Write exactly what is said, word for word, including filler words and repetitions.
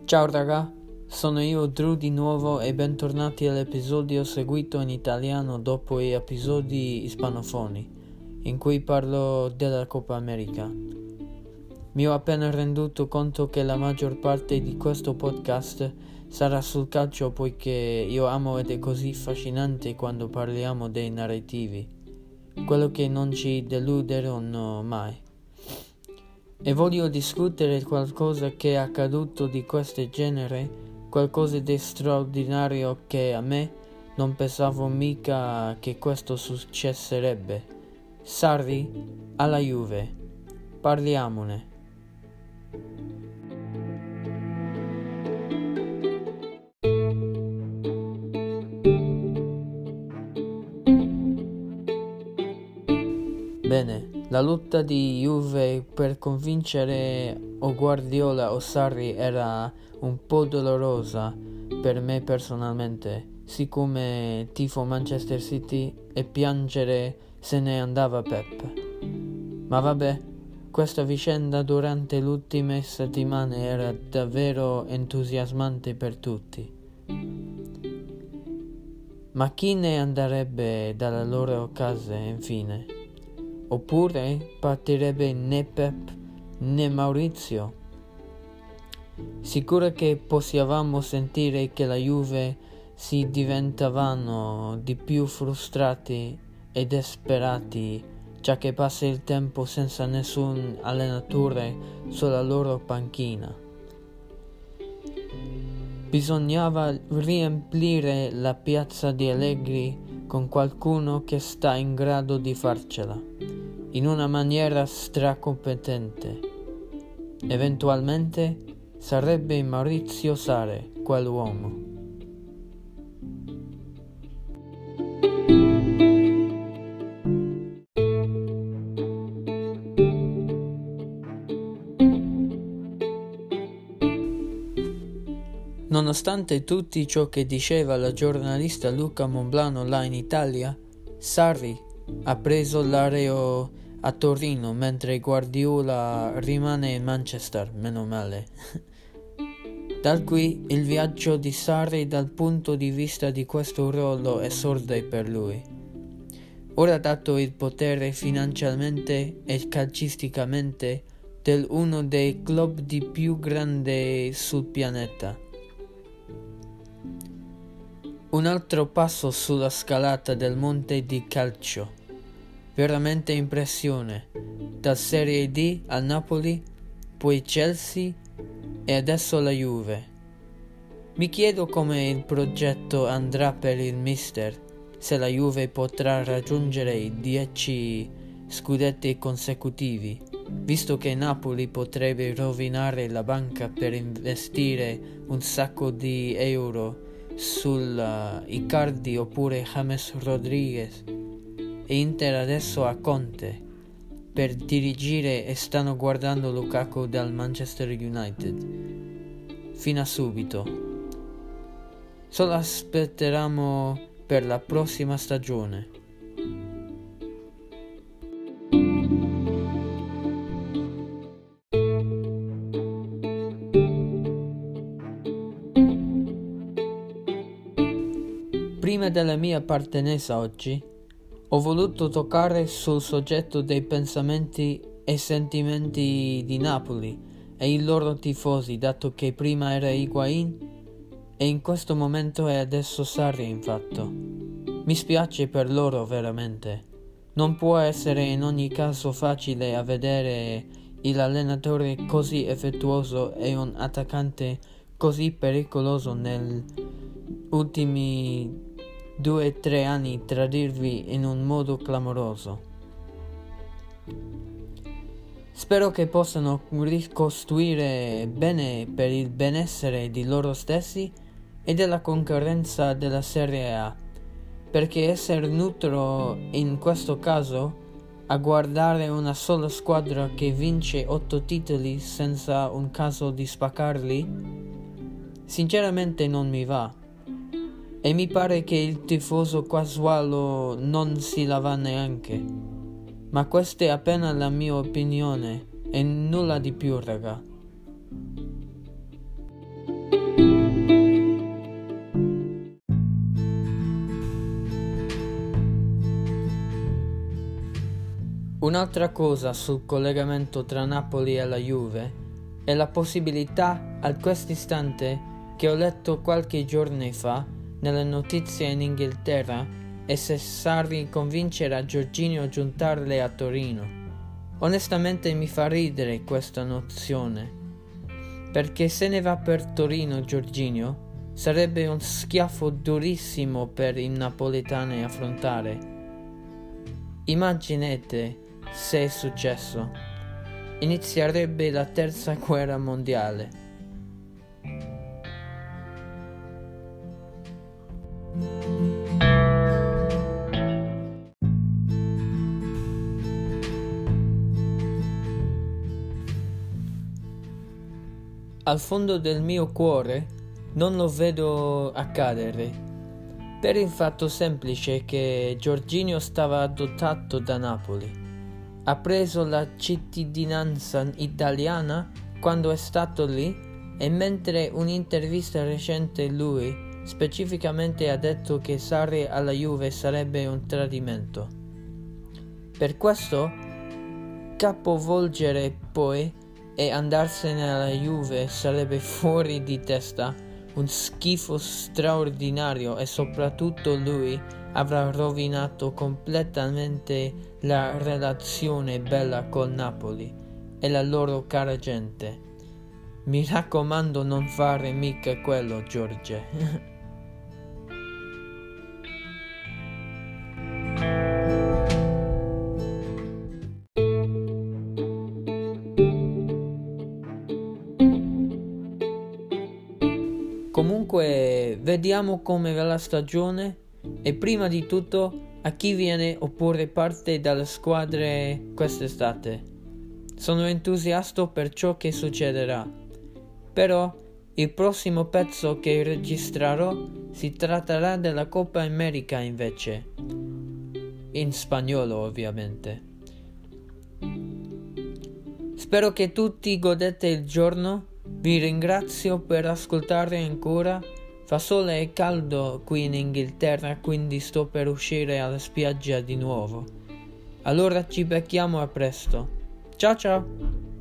Ciao raga, sono io Drew di nuovo e bentornati all'episodio seguito in italiano dopo gli episodi ispanofoni, in cui parlo della Coppa America. Mi ho appena renduto conto che la maggior parte di questo podcast sarà sul calcio poiché io amo ed è così affascinante quando parliamo dei narrativi, quello che non ci deluderanno mai. E voglio discutere qualcosa che è accaduto di questo genere, qualcosa di straordinario che a me non pensavo mica che questo succederebbe. Sarri alla Juve. Parliamone. Bene. La lotta di Juve per convincere o Guardiola o Sarri era un po' dolorosa per me personalmente, siccome tifo Manchester City e piangere se ne andava Pep. Ma vabbè, questa vicenda durante le ultime settimane era davvero entusiasmante per tutti. Ma chi ne andrebbe dalle loro case infine? Oppure partirebbe né Pep né Maurizio? Sicuro che possiamo sentire che la Juve si diventavano di più frustrati e disperati già che passa il tempo senza nessun allenatore sulla loro panchina. Bisognava riempire la piazza di Allegri con qualcuno che sta in grado di farcela, in una maniera stracompetente. Eventualmente sarebbe Maurizio Sarri quell'uomo. Nonostante tutto ciò che diceva la giornalista Luca Monblano là in Italia, Sarri ha preso l'aereo a Torino mentre Guardiola rimane in Manchester, meno male. Da qui il viaggio di Sarri dal punto di vista di questo ruolo esorde per lui. Ora dato il potere finanziariamente e calcisticamente del uno dei club di più grandi sul pianeta. Un altro passo sulla scalata del monte di calcio. Veramente impressione. Da Serie D al Napoli, poi Chelsea e adesso la Juve. Mi chiedo come il progetto andrà per il mister, se la Juve potrà raggiungere i dieci scudetti consecutivi, visto che Napoli potrebbe rovinare la banca per investire un sacco di euro sul uh, Icardi oppure James Rodriguez, e Inter adesso ha Conte per dirigere e stanno guardando Lukaku dal Manchester United. Fino a subito. Solo aspetteremo per la prossima stagione. Prima della mia appartenenza oggi, ho voluto toccare sul soggetto dei pensamenti e sentimenti di Napoli e i loro tifosi, dato che prima era Higuaín e in questo momento è adesso Sarri infatti. Mi spiace per loro veramente. Non può essere in ogni caso facile a vedere l'allenatore così effettuoso e un attaccante così pericoloso negli ultimi due o tre anni tradirvi in un modo clamoroso. Spero che possano ricostruire bene per il benessere di loro stessi e della concorrenza della Serie A, perché essere neutro in questo caso a guardare una sola squadra che vince otto titoli senza un caso di spaccarli, sinceramente non mi va. E mi pare che il tifoso casuale non si lava neanche. Ma questa è appena la mia opinione e nulla di più, raga. Un'altra cosa sul collegamento tra Napoli e la Juve è la possibilità a quest'istante che ho letto qualche giorno fa nelle notizie in Inghilterra e se Sarri convincerà Jorginho a giuntarle a Torino. Onestamente mi fa ridere questa nozione, perché se ne va per Torino Jorginho sarebbe un schiaffo durissimo per i napoletani affrontare. Immaginate se è successo. Inizierebbe la terza guerra mondiale. Al fondo del mio cuore non lo vedo accadere, per il fatto semplice che Jorginho stava adottato da Napoli. Ha preso la cittadinanza italiana quando è stato lì e mentre un'intervista recente lui specificamente ha detto che Sarri alla Juve sarebbe un tradimento. Per questo capovolgere poi e andarsene alla Juve sarebbe fuori di testa, un schifo straordinario e soprattutto lui avrà rovinato completamente la relazione bella col Napoli e la loro cara gente. Mi raccomando, non fare mica quello, Giorge. Comunque, vediamo come va la stagione e prima di tutto a chi viene oppure parte dalle squadre quest'estate. Sono entusiasta per ciò che succederà, però il prossimo pezzo che registrerò si tratterà della Coppa America invece, in spagnolo ovviamente. Spero che tutti godete il giorno. Vi ringrazio per ascoltare ancora. Fa sole e caldo qui in Inghilterra, quindi sto per uscire alla spiaggia di nuovo. Allora ci becchiamo a presto. Ciao ciao!